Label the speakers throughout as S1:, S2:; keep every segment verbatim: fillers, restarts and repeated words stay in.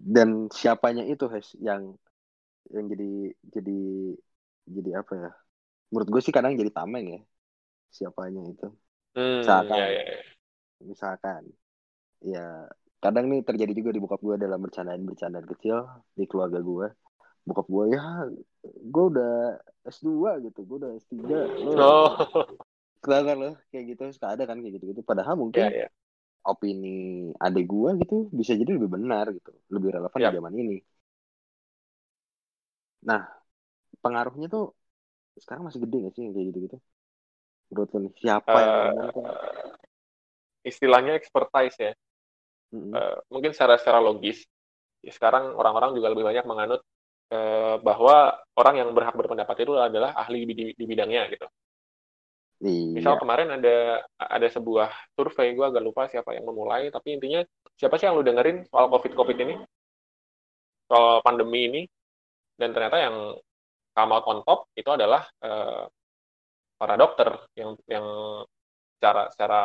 S1: Dan siapanya itu Hes yang yang jadi jadi jadi apa ya? Menurut gue sih kadang jadi tameng ya. Siapanya itu.
S2: Hmm, ya,
S1: Misalkan,
S2: ya, ya.
S1: misalkan, ya kadang nih terjadi juga di bokap gue dalam bercandaan-bercandaan kecil di keluarga gue. Bokap gue ya, gue udah S dua gitu, gue udah S tiga, lo
S2: Oh,
S1: kelihatan loh kayak gitu, suka ada kan kayak gitu-gitu. Padahal
S2: ya,
S1: mungkin
S2: ya.
S1: opini adik gue gitu bisa jadi lebih benar gitu, lebih relevan di
S2: Yap.
S1: zaman ini. Nah, pengaruhnya tuh sekarang masih gede gak sih yang kayak gitu-gitu? Menurut lo nih, siapa yang ngomong tuh?
S2: Eh, istilahnya expertise ya.
S1: Mm-mm.
S2: Eh, mungkin secara secara logis, ya sekarang orang-orang juga lebih banyak menganut eh, bahwa orang yang berhak berpendapat itu adalah ahli di, di bidangnya gitu. Misal
S1: Iya.
S2: kemarin ada ada sebuah survei, gue agak lupa siapa yang memulai, tapi intinya siapa sih yang lu dengerin soal COVID-COVID ini, soal pandemi ini, dan ternyata yang come out on top itu adalah eh, para dokter yang yang secara secara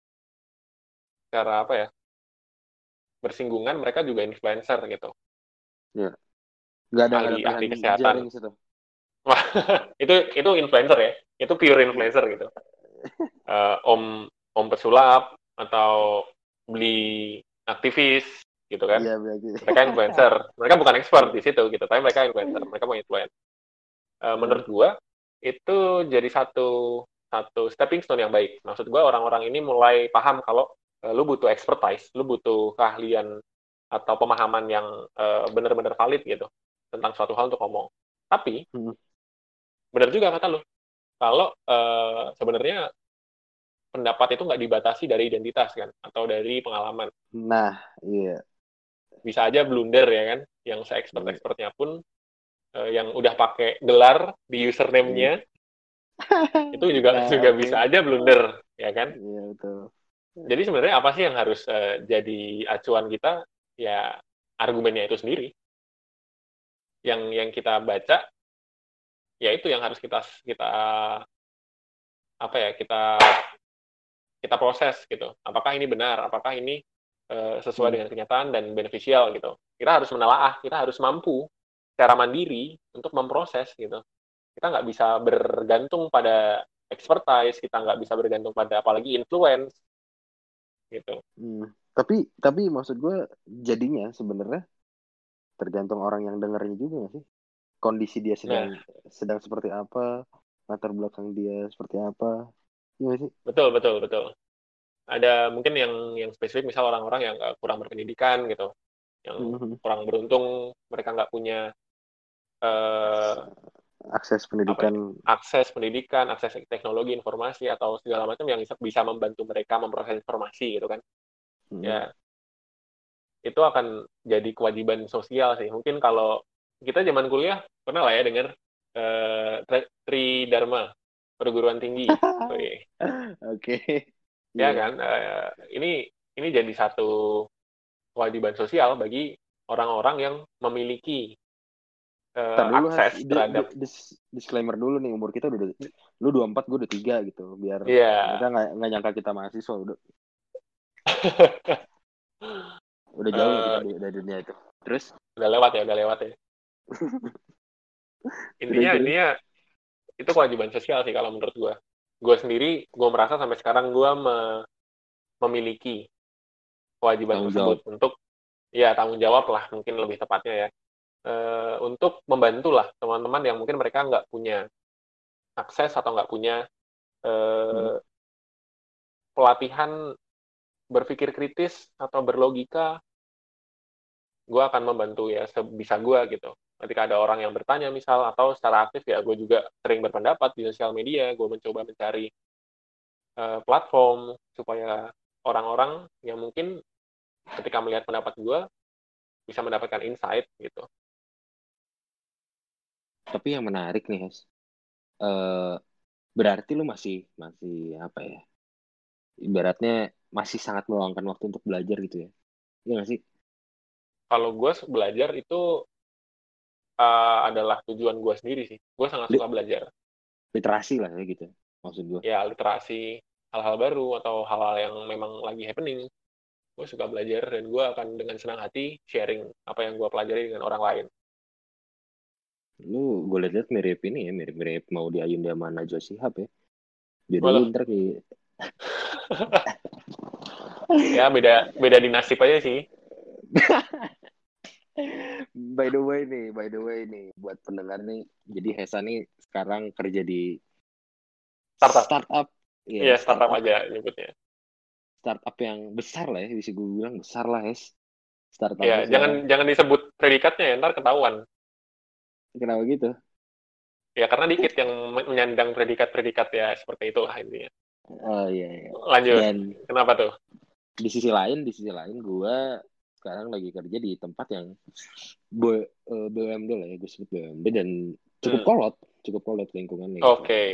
S2: secara apa ya bersinggungan mereka juga influencer gitu,
S1: Iya. Nggak ada nggak
S2: ahli
S1: ada
S2: ahli
S1: pilihan
S2: kesehatan.
S1: jaring situ.
S2: Wah, itu itu influencer ya, itu pure influencer gitu. Eh, om om pesulap atau beli aktivis gitu kan,
S1: Iya berarti.
S2: mereka influencer, mereka bukan expert di situ gitu, tapi mereka influencer, mereka mau influence. Eh, menurut gua itu jadi satu satu stepping stone yang baik. Maksud gua orang-orang ini mulai paham kalau eh, lu butuh expertise, lu butuh keahlian atau pemahaman yang eh, benar-benar valid gitu tentang suatu hal untuk ngomong. Tapi benar juga kata lu, kalau eh, sebenarnya pendapat itu nggak dibatasi dari identitas kan atau dari pengalaman.
S1: Nah, iya.
S2: Bisa aja blunder ya kan, yang
S1: Iya.
S2: se-expert-expertnya pun eh, yang udah pakai gelar di
S1: Iya.
S2: username-nya itu juga
S1: Nah,
S2: juga
S1: oke.
S2: bisa aja blunder ya kan.
S1: Iya betul.
S2: Jadi sebenarnya apa sih yang harus uh, jadi acuan kita? Ya argumennya itu sendiri. Yang yang kita baca, ya itu yang harus kita kita apa ya kita kita proses gitu. Apakah ini benar? Apakah ini uh, sesuai
S1: Hmm.
S2: dengan kenyataan dan beneficial gitu? Kita harus menelaah, kita harus mampu secara mandiri untuk memproses gitu. Kita nggak bisa bergantung pada expertise, kita nggak bisa bergantung pada apalagi influence gitu.
S1: Hmm. Tapi tapi maksud gue jadinya sebenarnya tergantung orang yang dengarnya juga nggak sih? Kondisi dia sedang
S2: Nah,
S1: sedang seperti apa, latar belakang dia seperti apa, iya nggak sih?
S2: betul betul betul. Ada mungkin yang yang spesifik misal orang-orang yang uh, kurang berpendidikan gitu, yang
S1: Mhm.
S2: kurang beruntung mereka nggak punya uh,
S1: Akses
S2: apa ya
S1: pendidikan.
S2: akses pendidikan, akses teknologi informasi atau segala macam yang bisa bisa membantu mereka memproses informasi gitu kan.
S1: Mhm.
S2: Ya, itu akan jadi kewajiban sosial sih. Mungkin kalau kita zaman kuliah pernah lah ya dengar uh, Tri Dharma perguruan tinggi. Wih,
S1: Oke.
S2: ya
S1: Iya.
S2: kan? Uh, ini ini jadi satu kewajiban sosial bagi orang-orang yang memiliki
S1: Ntar
S2: uh,
S1: dulu Has,
S2: akses
S1: di, di,
S2: terhadap
S1: dis- disclaimer dulu nih, umur kita udah lu dua puluh empat, gue udah tiga gitu, biar mereka
S2: ya
S1: nggak nggak nyangka kita mahasiswa, udah udah jauh lah kita
S2: uh,
S1: dari, dari dunia itu. Terus
S2: udah lewat ya, udah lewat ya.
S1: terus
S2: Intinya
S1: terus.
S2: intinya itu kewajiban sosial sih kalau menurut gue. Gue sendiri, gue merasa sampai sekarang gue me- memiliki kewajiban
S1: Tanggung jawab.
S2: tersebut untuk ya tanggung jawab lah mungkin lebih tepatnya ya. Uh, untuk membantu lah teman-teman yang mungkin mereka nggak punya akses atau nggak punya
S1: Hmm.
S2: uh, pelatihan berpikir kritis atau berlogika. Gue akan membantu ya sebisa gue gitu. Ketika ada orang yang bertanya misal atau secara aktif ya gue juga sering berpendapat di sosial media, gue mencoba mencari uh, platform supaya orang-orang yang mungkin ketika melihat pendapat gue bisa mendapatkan insight gitu.
S1: Tapi yang menarik nih Has, eh berarti lu masih masih apa ya, ibaratnya masih sangat meluangkan waktu untuk belajar gitu ya, iya nggak sih?
S2: Kalau gue belajar itu uh, adalah tujuan gue sendiri sih. Gue sangat
S1: Li-
S2: suka belajar.
S1: literasi lah ya gitu maksud gue.
S2: Ya literasi, hal-hal baru atau hal-hal yang memang lagi happening. gue suka belajar dan gue akan dengan senang hati sharing apa yang gue pelajari dengan orang lain.
S1: Lu gue liat mirip ini ya, mirip-mirip mau di Ayunda sama Najwa Shihab ya. Jadi
S2: Walau
S1: ntar kayak
S2: ya beda beda di nasib aja sih.
S1: by the way nih, by the way nih buat pendengar nih. Jadi Hesa nih sekarang kerja di
S2: Startup.
S1: startup.
S2: Iya,
S1: Ya,
S2: startup
S1: startup.
S2: aja nyebutnya.
S1: Startup yang besar lah ya, bisa gue bilang besar lah, Hes. Startupnya
S2: Ya, jangan
S1: sekarang.
S2: jangan disebut predikatnya ya, ntar ketahuan.
S1: Kenapa gitu?
S2: Ya, karena dikit yang menyandang predikat-predikat ya, seperti itulah intinya.
S1: Oh iya, iya.
S2: Lanjut.
S1: Dan
S2: Kenapa tuh?
S1: di sisi lain, di sisi lain gue sekarang lagi kerja di tempat yang B- eh, B U M D lah ya, gue sebut B U M D, dan cukup
S2: Hmm.
S1: kolot, cukup kolot lingkungannya
S2: Oke.
S1: gitu.
S2: Okay.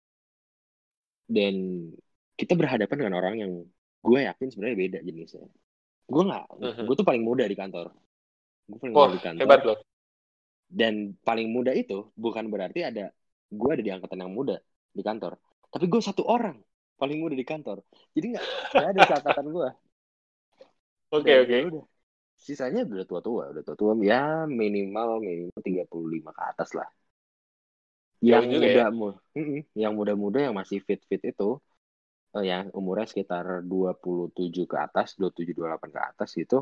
S1: Dan kita berhadapan dengan orang yang gue yakin sebenarnya beda jenisnya. Gue nggak,
S2: Mm-hmm.
S1: gue tuh paling muda di kantor. Gue paling
S2: Wah,
S1: muda di kantor.
S2: hebat loh.
S1: Dan paling muda itu bukan berarti ada gue ada di angkatan yang muda di kantor. Tapi gue satu orang paling muda di kantor. Jadi nggak nggak ada seangkatan gue.
S2: Oke,
S1: Dan
S2: oke.
S1: ya udah, sisanya udah tua-tua, udah tua-tua ya minimal minimal tiga puluh lima ke atas lah.
S2: Jauh
S1: Yang
S2: juga
S1: muda
S2: ya.
S1: mu, mm-mm, yang muda-muda yang masih fit-fit itu, eh, yang umurnya sekitar dua puluh tujuh ke atas, dua puluh tujuh dua puluh delapan ke atas gitu,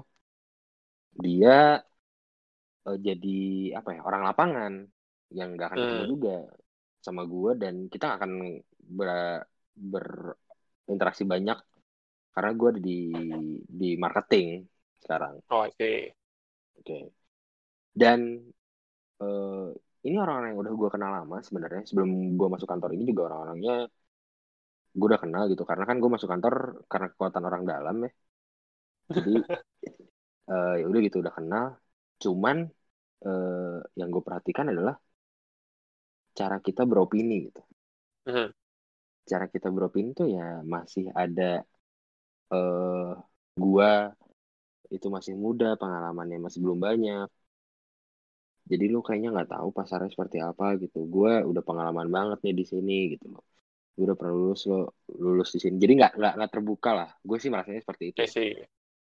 S1: dia eh, jadi apa ya, orang lapangan yang nggak akan ketemu
S2: Hmm.
S1: juga sama gue, dan kita nggak akan ber, berinteraksi banyak karena gue ada di di marketing sekarang.
S2: Oh, I see.
S1: Oke. Okay. Dan eh, ini orang-orang yang udah gue kenal lama sebenarnya. Sebelum gue masuk kantor ini juga orang-orangnya gue udah kenal gitu, karena kan gue masuk kantor karena kekuatan orang dalam ya. Jadi eh, ya udah gitu, udah kenal. Cuman eh, yang gue perhatikan adalah cara kita beropini gitu.
S2: Mm-hmm.
S1: Cara kita beropini tuh ya masih ada eh gua itu masih muda, pengalamannya masih belum banyak. Jadi lu kayaknya nggak tahu pasarnya seperti apa gitu. Gua udah pengalaman banget nih di sini gitu loh. Gue udah pernah lulus, lo lulus di sini. Jadi nggak nggak nggak terbuka lah. Gue sih merasanya seperti itu
S2: I
S1: ya.
S2: see.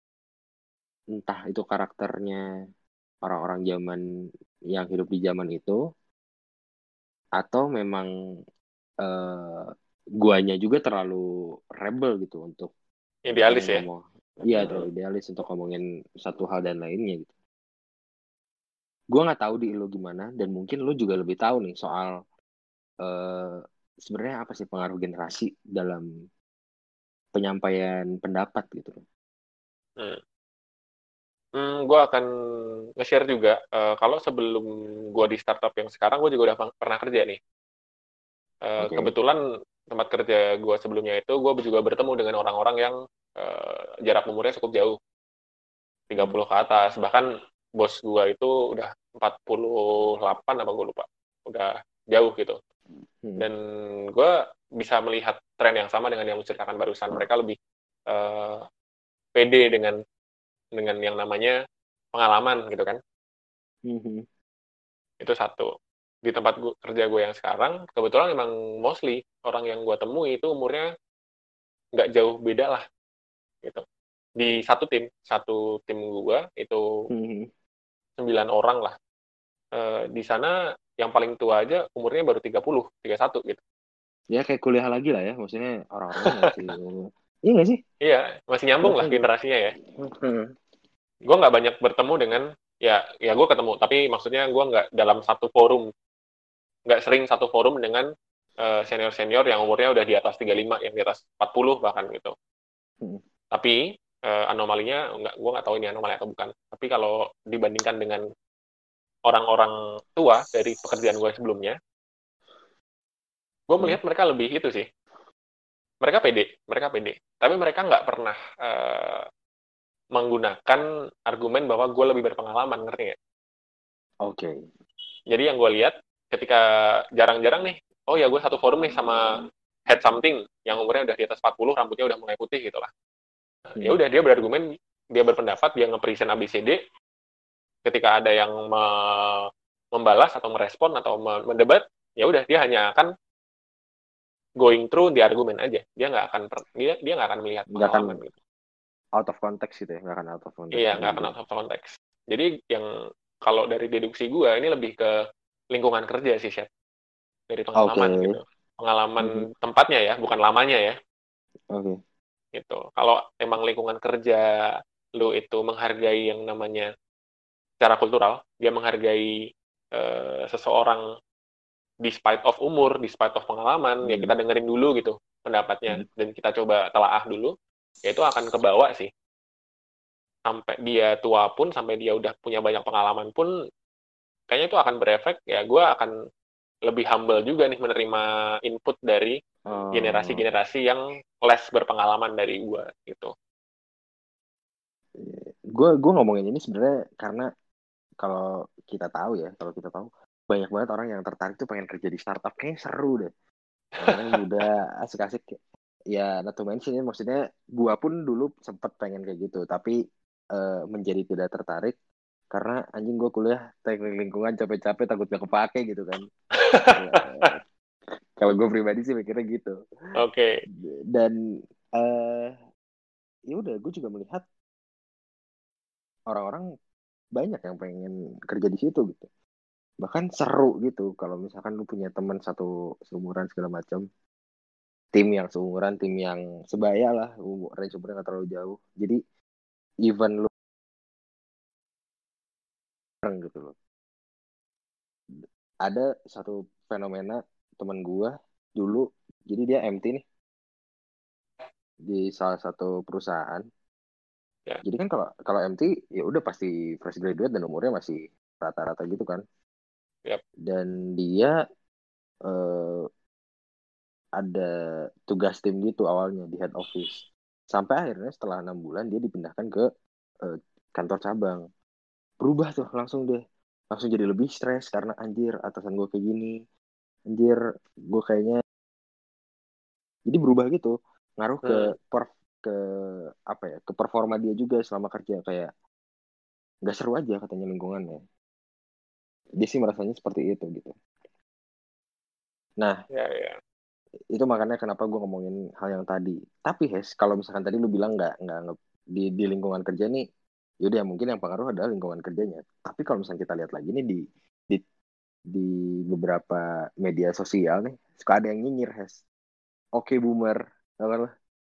S1: Entah itu karakternya orang-orang zaman yang hidup di zaman itu, atau memang eh, guanya juga terlalu rebel gitu untuk misalnya
S2: Idealis ya.
S1: ngomong, iya terlalu idealis untuk ngomongin satu hal dan lainnya gitu. Gue nggak tahu di lo gimana, dan mungkin lo juga lebih tahu nih soal eh, sebenarnya apa sih pengaruh generasi dalam penyampaian pendapat gitu.
S2: Hmm. Hmm, gue akan nge-share juga. Uh, kalau sebelum gue di startup yang sekarang, gue juga udah pernah kerja nih. Uh,
S1: Oke.
S2: kebetulan tempat kerja gue sebelumnya itu, gue juga bertemu dengan orang-orang yang uh, jarak umurnya cukup jauh. tiga puluh ke atas. Bahkan bos gue itu udah empat puluh delapan apa gue lupa. Udah jauh gitu.
S1: Hmm.
S2: Dan gue bisa melihat tren yang sama dengan yang menceritakan barusan. Mereka lebih uh, pede dengan dengan yang namanya pengalaman gitu kan.
S1: Hmm.
S2: Itu satu. Di tempat gua, kerja gue yang sekarang, kebetulan memang mostly orang yang gue temui itu umurnya nggak jauh beda lah gitu. Di satu tim, satu tim gue itu
S1: Hmm.
S2: sembilan orang lah. E, di sana yang paling tua aja umurnya baru tiga puluh, tiga puluh satu gitu.
S1: Ya kayak kuliah lagi lah ya, maksudnya orang-orangnya masih iya nggak sih?
S2: Iya, masih nyambung lah
S1: Rasanya gitu.
S2: generasinya ya.
S1: Hmm.
S2: Gue nggak banyak bertemu dengan, ya ya gue ketemu, tapi maksudnya gue nggak dalam satu forum, nggak sering satu forum dengan uh, senior-senior yang umurnya udah di atas tiga puluh lima, yang di atas empat puluh bahkan gitu.
S1: Hmm.
S2: Tapi uh, anomalinya, nggak, gue nggak tahu ini anomali atau bukan. Tapi kalau dibandingkan dengan orang-orang tua dari pekerjaan gue sebelumnya, gue
S1: Hmm.
S2: melihat mereka lebih itu sih. Mereka pede, mereka pede. Tapi mereka nggak pernah uh, menggunakan argumen bahwa gue lebih berpengalaman, ngerti nggak?
S1: Oke. Okay.
S2: Jadi yang gue lihat, ketika jarang-jarang nih, oh ya gue satu forum nih sama head something, yang umurnya udah di atas empat puluh, rambutnya udah mulai putih gitu lah.
S1: Hmm.
S2: Ya udah, dia berargumen, dia berpendapat, dia nge-present A B C D, ketika ada yang me- membalas atau merespon atau mendebat, ya udah dia hanya akan going through di argumen aja. Dia nggak akan dia dia nggak akan melihat
S1: Nggak akan
S2: pengalaman gitu.
S1: out of context gitu ya, nggak akan out of context.
S2: Iya, nggak akan out of context. Jadi yang kalau dari deduksi gue ini lebih ke lingkungan kerja sih, Chef. Dari pengalaman
S1: Oke.
S2: gitu. Pengalaman
S1: Mhm.
S2: tempatnya ya, bukan lamanya ya.
S1: Oke.
S2: Gitu. Kalau emang lingkungan kerja lu itu menghargai yang namanya secara kultural, dia menghargai eh, seseorang despite of umur, despite of pengalaman, ya kita
S1: Mhm.
S2: dengerin dulu gitu pendapatnya
S1: Mhm.
S2: dan kita coba telaah dulu, ya itu akan kebawa sih. Sampai dia tua pun, sampai dia udah punya banyak pengalaman pun, kayaknya itu akan berefek, ya gue akan lebih humble juga nih menerima input dari
S1: Oh,
S2: generasi-generasi yang less berpengalaman dari gue gitu.
S1: gue gue ngomongin ini sebenarnya karena kalau kita tahu ya, kalau kita tahu banyak banget orang yang tertarik tuh pengen kerja di startup, kayaknya seru deh. Orang-orang muda asik-asik. Ya, not to mention ya, maksudnya gue pun dulu sempet pengen kayak gitu, tapi eh, menjadi tidak tertarik karena anjing gue kuliah teknik lingkungan capek-capek takut gak kepake gitu kan. Kalau kalau gue pribadi sih mikirnya gitu.
S2: Oke. Okay.
S1: Dan eh ya udah, gue juga melihat orang-orang banyak yang pengen kerja di situ gitu. Bahkan seru gitu kalau misalkan lu punya teman satu seumuran segala macam, tim yang seumuran, tim yang sebaya lah, umur range umurnya nggak terlalu jauh. Jadi even lu bareng gitu loh. Ada satu fenomena teman gua dulu, jadi dia M T nih di salah satu perusahaan.
S2: Ya.
S1: Jadi kan kalau kalau M T ya udah pasti fresh graduate dan umurnya masih rata-rata gitu kan.
S2: Yep.
S1: Dan dia eh, ada tugas tim gitu awalnya di head office. Sampai akhirnya setelah enam bulan dia dipindahkan ke eh, kantor cabang. Berubah tuh langsung deh. Langsung jadi lebih stres karena anjir atasan gue kayak gini. Anjir gue kayaknya. Jadi berubah gitu. Ngaruh ke
S2: Hmm.
S1: per, ke apa ya, ke performa dia juga selama kerja, kayak nggak seru aja katanya lingkungannya. Dia sih merasanya seperti itu gitu. Nah,
S2: Ya, ya.
S1: itu makanya kenapa gue ngomongin hal yang tadi. Tapi Hes, kalau misalkan tadi lu bilang nggak nggak nge- di di lingkungan kerja nih, yaudah mungkin yang pengaruh adalah lingkungan kerjanya. Tapi kalau misalkan kita lihat lagi nih di di di beberapa media sosial nih, suka ada yang nyinyir Hes. Oke boomer, tau kan lo?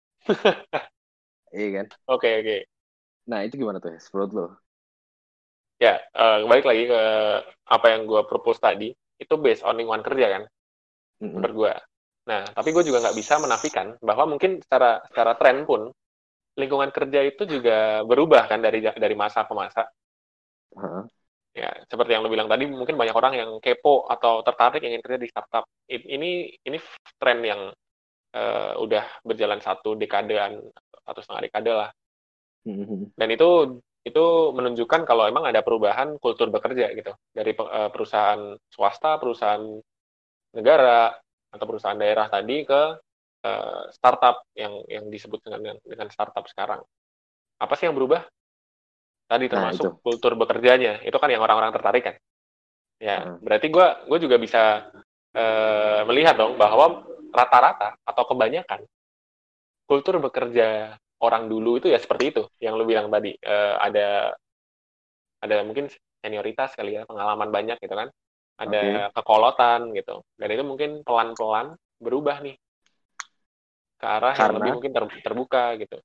S1: Iya kan?
S2: Oke, oke.
S1: Nah itu gimana tuh Hes, menurut lo?
S2: Ya, eh, balik lagi ke apa yang gue propose tadi, itu based on lingkungan kerja kan,
S1: Mm-mm.
S2: menurut gue. Nah, tapi gue juga nggak bisa menafikan bahwa mungkin secara secara tren pun lingkungan kerja itu juga berubah kan dari dari masa ke masa.
S1: Heeh.
S2: Ya, seperti yang lo bilang tadi, mungkin banyak orang yang kepo atau tertarik ingin kerja di startup. Ini ini tren yang uh, udah berjalan satu dekadean atau setengah dekade lah.
S1: Mm-mm.
S2: Dan itu itu menunjukkan kalau emang ada perubahan kultur bekerja gitu dari uh, perusahaan swasta, perusahaan negara atau perusahaan daerah tadi ke uh, startup yang yang disebut dengan dengan startup sekarang. Apa sih yang berubah? Tadi
S1: Nah itu.
S2: termasuk kultur bekerjanya. Itu kan yang orang-orang tertarik kan. Ya,
S1: Heeh.
S2: berarti gue gue juga bisa uh, melihat dong bahwa rata-rata atau kebanyakan kultur bekerja orang dulu itu ya seperti itu yang lu bilang tadi. Uh, ada ada mungkin senioritas kali ya, pengalaman banyak gitu kan,
S1: Oke.
S2: ada kekolotan gitu, dan itu mungkin pelan-pelan berubah nih ke arah yang lebih
S1: Karena
S2: mungkin ter terbuka gitu,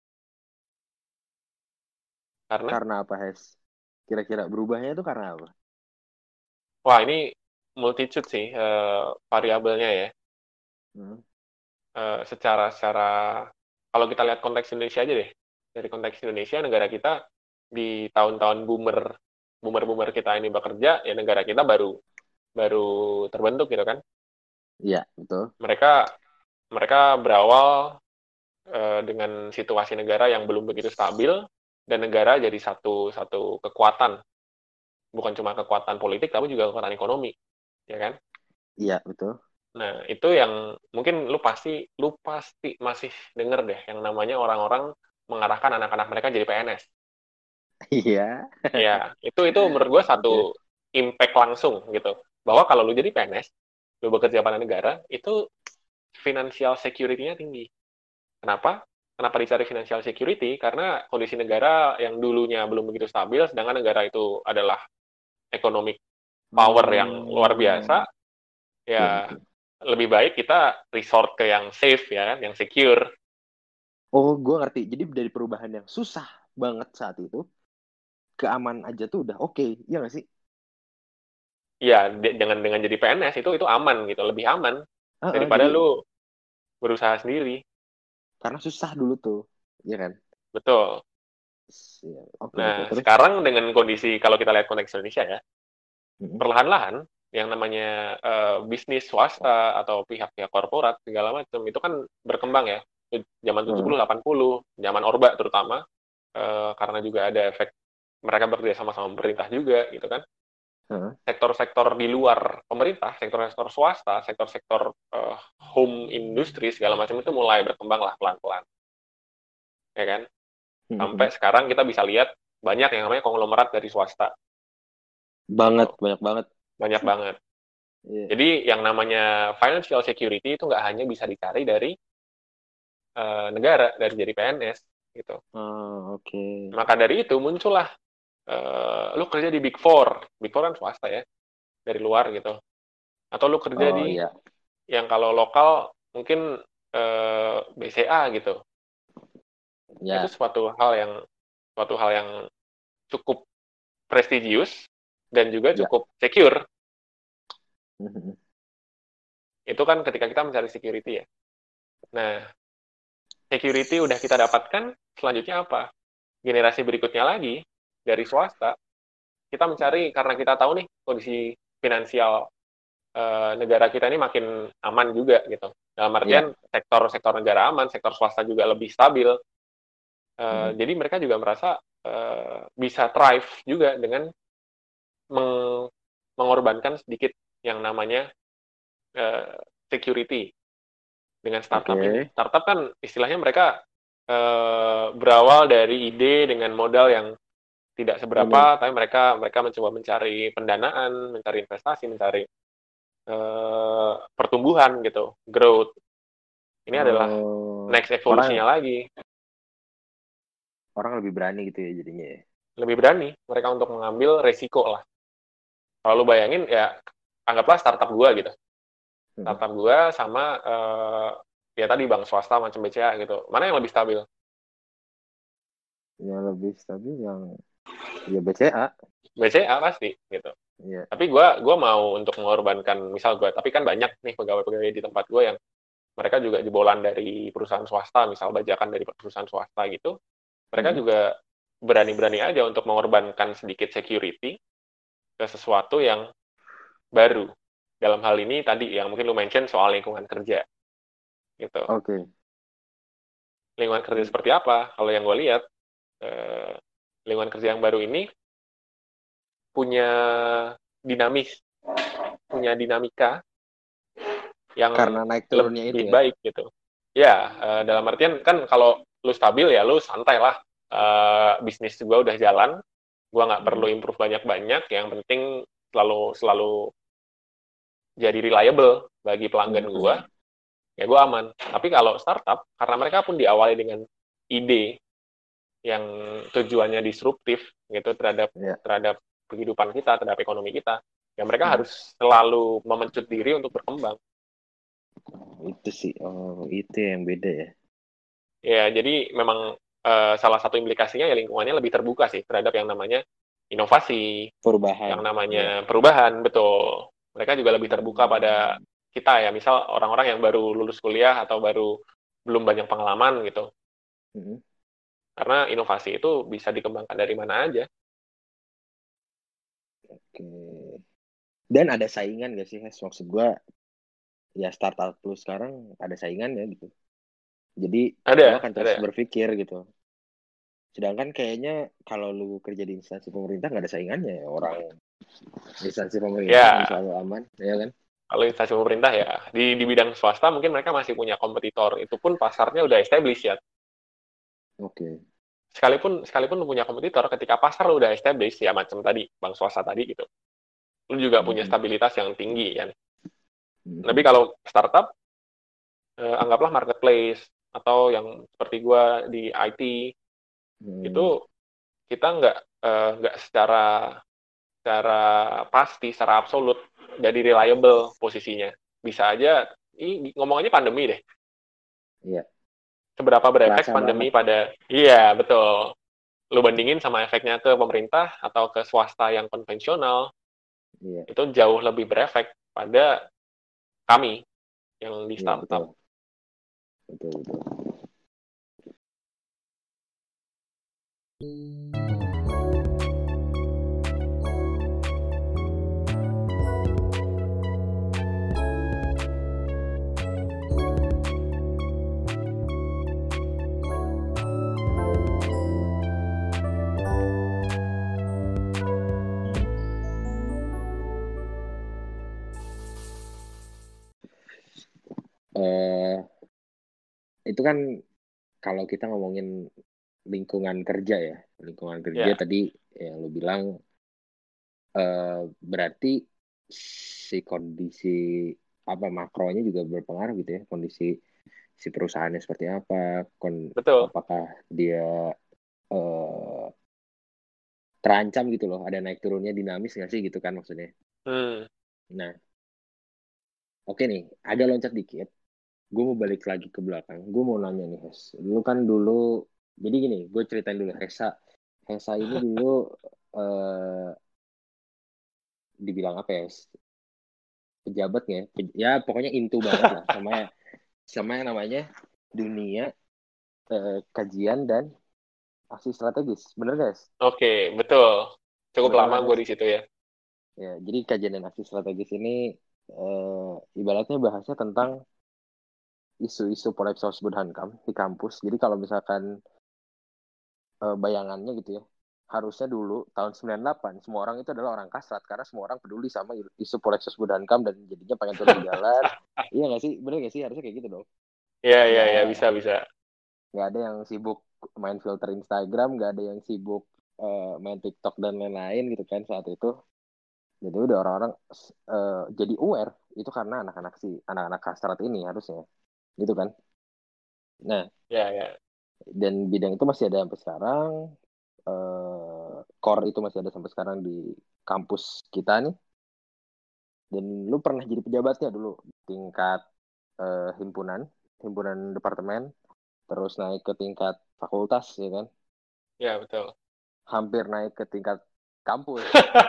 S2: karena
S1: karena apa Hes? Kira-kira berubahnya itu karena apa?
S2: wah ini multitude sih uh, variabelnya ya.
S1: Hmm.
S2: Uh, secara secara kalau kita lihat konteks Indonesia aja deh, dari konteks Indonesia, negara kita di tahun-tahun boomer boomer boomer kita ini bekerja, ya negara kita baru baru terbentuk gitu kan.
S1: Iya betul.
S2: Mereka mereka berawal uh, dengan situasi negara yang belum begitu stabil, dan negara jadi satu satu kekuatan, bukan cuma kekuatan politik tapi juga kekuatan ekonomi, ya kan.
S1: Iya betul.
S2: Nah itu yang mungkin lu pasti lu pasti masih denger deh yang namanya orang-orang mengarahkan anak-anak mereka jadi P N S.
S1: Iya.
S2: Ya itu itu menurut gue
S1: Oke.
S2: satu impact langsung gitu, bahwa kalau lu jadi P N S, lu bekerja pada negara, itu financial security-nya tinggi. Kenapa? kenapa dicari financial security? Karena kondisi negara yang dulunya belum begitu stabil, sedangkan negara itu adalah economic power yang luar biasa, ya
S1: Oke, oke.
S2: lebih baik kita resort ke yang safe ya, yang secure.
S1: Oh, gue ngerti. Jadi dari perubahan yang susah banget saat itu, ke aman aja tuh udah oke. Iya nggak sih?
S2: Ya, de- dengan dengan jadi P N S itu itu aman gitu, lebih aman
S1: Heeh,
S2: daripada
S1: jadi
S2: lu berusaha sendiri.
S1: karena susah dulu tuh. Iya kan?
S2: Betul.
S1: Iya. Oke, oke.
S2: Nah,
S1: Terus?
S2: sekarang dengan kondisi kalau kita lihat konteks Indonesia ya,
S1: Mm-mm.
S2: perlahan-lahan yang namanya eh, bisnis swasta atau pihak-pihak korporat segala macam itu kan berkembang ya. Zaman tujuh puluh,
S1: Heeh.
S2: delapan puluh, zaman Orba terutama, eh, karena juga ada efek mereka bekerja sama sama pemerintah juga gitu kan.
S1: Heeh.
S2: Sektor-sektor di luar pemerintah, sektor-sektor swasta, sektor-sektor eh, home industry segala macam itu mulai berkembang lah pelan-pelan, ya kan? Sampai
S1: Mm-mm.
S2: sekarang kita bisa lihat banyak yang namanya konglomerat dari swasta,
S1: Banget,
S2: gitu,
S1: banyak banget.
S2: banyak banget.
S1: Iya.
S2: Jadi yang namanya financial security itu nggak hanya bisa dicari dari eh, negara, dari jadi P N S, gitu.
S1: Oh, oke.
S2: Maka dari itu muncullah eh, lu kerja di Big Four, Big Four kan swasta ya, dari luar gitu. Atau lu kerja
S1: Oh,
S2: di
S1: iya.
S2: yang kalau lokal mungkin eh, B C A gitu. Nah, itu
S1: Ya.
S2: suatu hal yang suatu hal yang cukup prestisius dan juga
S1: Ya.
S2: cukup secure.
S1: Mhm.
S2: Itu kan ketika kita mencari security ya. Nah, security udah kita dapatkan, selanjutnya apa? Generasi berikutnya lagi dari swasta, kita mencari karena kita tahu nih kondisi finansial eh, negara kita ini makin aman juga gitu. Dalam
S1: Ya.
S2: artian sektor-sektor negara aman, sektor swasta juga lebih stabil. Eh,
S1: Mhm.
S2: jadi mereka juga merasa eh, bisa thrive juga dengan meng- mengorbankan sedikit yang namanya eh, security dengan startup ini.
S1: Oke.
S2: Startup kan istilahnya mereka eh, berawal dari ide dengan modal yang tidak
S1: Minim.
S2: seberapa, tapi mereka mereka mencoba mencari pendanaan, mencari investasi, mencari eh, pertumbuhan gitu, growth. Ini adalah
S1: Oh,
S2: next
S1: orang
S2: evolusinya lagi.
S1: orang lebih berani gitu ya jadinya ya.
S2: Lebih berani mereka untuk mengambil resiko lah. Kalau lu bayangin ya, anggaplah startup gua gitu.
S1: Mhm.
S2: Startup gua sama eh, ya tadi bank swasta macam B C A gitu. Mana yang lebih stabil?
S1: Yang lebih stabil yang ya B C A.
S2: B C A pasti gitu.
S1: Iya.
S2: Tapi gua gua mau untuk mengorbankan misal gua, tapi kan banyak nih pegawai-pegawai di tempat gua yang mereka juga jebolan dari perusahaan swasta, misal bajakan dari perusahaan swasta gitu. Mereka
S1: Mhm.
S2: juga berani-berani aja untuk mengorbankan sedikit security ke sesuatu yang baru. Dalam hal ini tadi yang mungkin lu mention soal lingkungan kerja gitu.
S1: Oke.
S2: Lingkungan kerja seperti apa? Kalau yang gue lihat, eh, lingkungan kerja yang baru ini punya dinamis, punya dinamika yang
S1: Karena naik turunnya itu
S2: lebih
S1: ya.
S2: baik gitu. Ya, eh, dalam artian kan kalau lu stabil ya lu santai lah. Eh, bisnis gue udah jalan, gue nggak perlu
S1: Mhm.
S2: improve banyak-banyak. Yang penting selalu selalu jadi reliable bagi pelanggan gue,
S1: Mhm.
S2: ya gue aman. Tapi kalau startup, karena mereka pun diawali dengan ide yang tujuannya disruptif gitu terhadap
S1: Ya.
S2: terhadap kehidupan kita, terhadap ekonomi kita, ya mereka
S1: Mhm.
S2: harus selalu memencut diri untuk berkembang.
S1: Itu sih. Oh, itu yang beda ya.
S2: Ya, jadi memang eh, salah satu implikasinya ya lingkungannya lebih terbuka sih terhadap yang namanya inovasi, yang
S1: Perubahan. Ya.
S2: namanya perubahan, betul. Mereka juga lebih terbuka pada
S1: Hmm.
S2: kita ya, misal orang-orang yang baru lulus kuliah atau baru belum banyak pengalaman gitu.
S1: Mhm.
S2: Karena inovasi itu bisa dikembangkan dari mana aja.
S1: Oke. Dan ada saingan gak sih, Hes? Maksud gua ya startup lu sekarang ada saingannya gitu. Jadi lu
S2: Ada,
S1: akan terus
S2: ada.
S1: berpikir gitu. Sedangkan kayaknya kalau lu kerja di instansi pemerintah nggak ada saingannya ya. Orang instansi pemerintah akan
S2: Ya,
S1: selalu aman, ya kan?
S2: kalau instansi pemerintah ya, di, di bidang swasta mungkin mereka masih punya kompetitor. Itu pun pasarnya udah established ya.
S1: Oke.
S2: Sekalipun sekalipun lu punya kompetitor, ketika pasar lu udah established, ya macam tadi, bank swasta tadi gitu. Lu juga punya
S1: Mhm.
S2: stabilitas yang tinggi kan. Tapi
S1: Mhm.
S2: kalau startup, eh, anggaplah marketplace. atau yang seperti gue di I T,
S1: Hmm.
S2: itu kita nggak eh, nggak secara secara pasti, secara absolut jadi reliable posisinya. Bisa aja, ini ngomong aja pandemi deh.
S1: Iya.
S2: Seberapa berefek
S1: Kerasa banget.
S2: pandemi pada, iya betul. Lu bandingin sama efeknya ke pemerintah atau ke swasta yang konvensional,
S1: Iya.
S2: itu jauh lebih berefek pada kami yang di
S1: Iya,
S2: startup.
S1: betul. Betul, betul. Eh, itu kan kalau kita ngomongin lingkungan kerja ya, lingkungan kerja
S2: Ya,
S1: tadi yang lu bilang eh, berarti si kondisi apa makronya juga berpengaruh gitu ya, kondisi si perusahaannya seperti apa, kon
S2: betul.
S1: apakah dia eh, terancam gitu loh, ada naik turunnya dinamis nggak sih gitu kan maksudnya.
S2: Hmm.
S1: Nah, oke nih, agak loncat dikit. Gue mau balik lagi ke belakang. Gue mau nanya nih, Hes. Lu kan dulu, jadi gini, gue ceritain dulu Hesa. Hesa ini dulu eh, dibilang apa ya? Pejabat ya, Pe- ya pokoknya intu banget lah sama sama yang namanya dunia eh, kajian dan aksi strategis. Bener guys?
S2: Oke, betul. Cukup
S1: Bener
S2: lama
S1: kan
S2: gue
S1: Hes?
S2: di situ ya.
S1: Ya, jadi kajian dan aksi strategis ini eh, ibaratnya bahasnya tentang isu-isu Polexos Budhankam di kampus. Jadi kalau misalkan eh, bayangannya gitu ya, harusnya dulu tahun sembilan puluh delapan semua orang itu adalah orang kasrat karena semua orang peduli sama isu Polexos Budhankam dan jadinya pengen turun ke jalan. Iya nggak sih? Bener nggak sih? Harusnya kayak gitu dong.
S2: Iya, iya,
S1: Nggak
S2: iya, bisa, bisa.
S1: nggak ada yang sibuk main filter Instagram, nggak ada yang sibuk eh, main TikTok dan lain-lain gitu kan saat itu. Jadi udah orang-orang eh, jadi aware itu karena anak-anak si anak-anak kasrat ini harusnya gitu kan. Nah,
S2: Iya, iya.
S1: dan bidang itu masih ada sampai sekarang. Eh, core itu masih ada sampai sekarang di kampus kita nih. Dan lu pernah jadi pejabatnya dulu tingkat eh, himpunan, himpunan departemen, terus naik ke tingkat fakultas ya kan,
S2: Iya, betul.
S1: hampir naik ke tingkat kampus.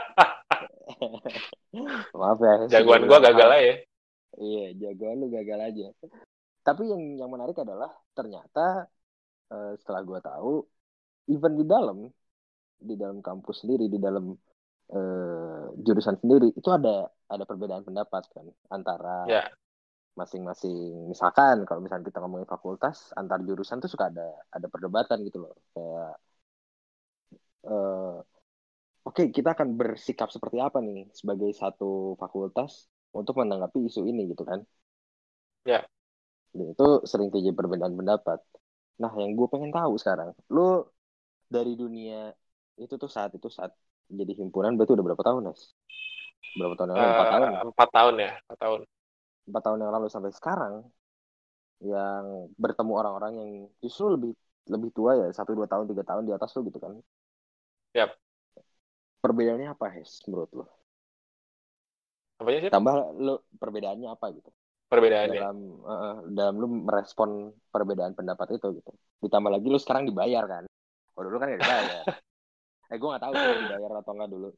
S1: Maaf ya, gue
S2: Jagoan gue
S1: bilang
S2: gagal
S1: ham.
S2: aja.
S1: Iya, jagoan lu gagal aja. Tapi yang yang menarik adalah ternyata eh, setelah gue tahu, even di dalam di dalam kampus sendiri, di dalam eh, jurusan sendiri itu ada ada perbedaan pendapat kan antara
S2: Ya,
S1: masing-masing. Misalkan kalau misalnya kita ngomongin fakultas antar jurusan tuh suka ada ada perdebatan gitu loh kayak eh, oke okay, kita akan bersikap seperti apa nih sebagai satu fakultas untuk menanggapi isu ini gitu kan.
S2: ya.
S1: Dan itu sering terjadi perbedaan pendapat. Nah yang gue pengen tahu sekarang lu dari dunia itu tuh saat itu saat jadi himpunan berarti udah berapa tahun Nes? Berapa tahun yang lalu? Empat tahun
S2: Eh,
S1: ya?
S2: empat tahun ya, empat tahun.
S1: Empat tahun yang lalu sampai sekarang yang bertemu orang-orang yang justru lebih lebih tua ya satu dua tahun tiga tahun di atas lo gitu kan.
S2: Ya,
S1: Perbedaannya apa Hes menurut lo?
S2: apanya sih
S1: Tambah lo perbedaannya apa gitu
S2: perbedaannya?
S1: dalam uh, dalam lu merespon perbedaan pendapat itu gitu. Ditambah lagi lu sekarang dibayar kan. Oh dulu kan gak dibayar. Eh gue nggak tahu sih lu dibayar atau enggak dulu.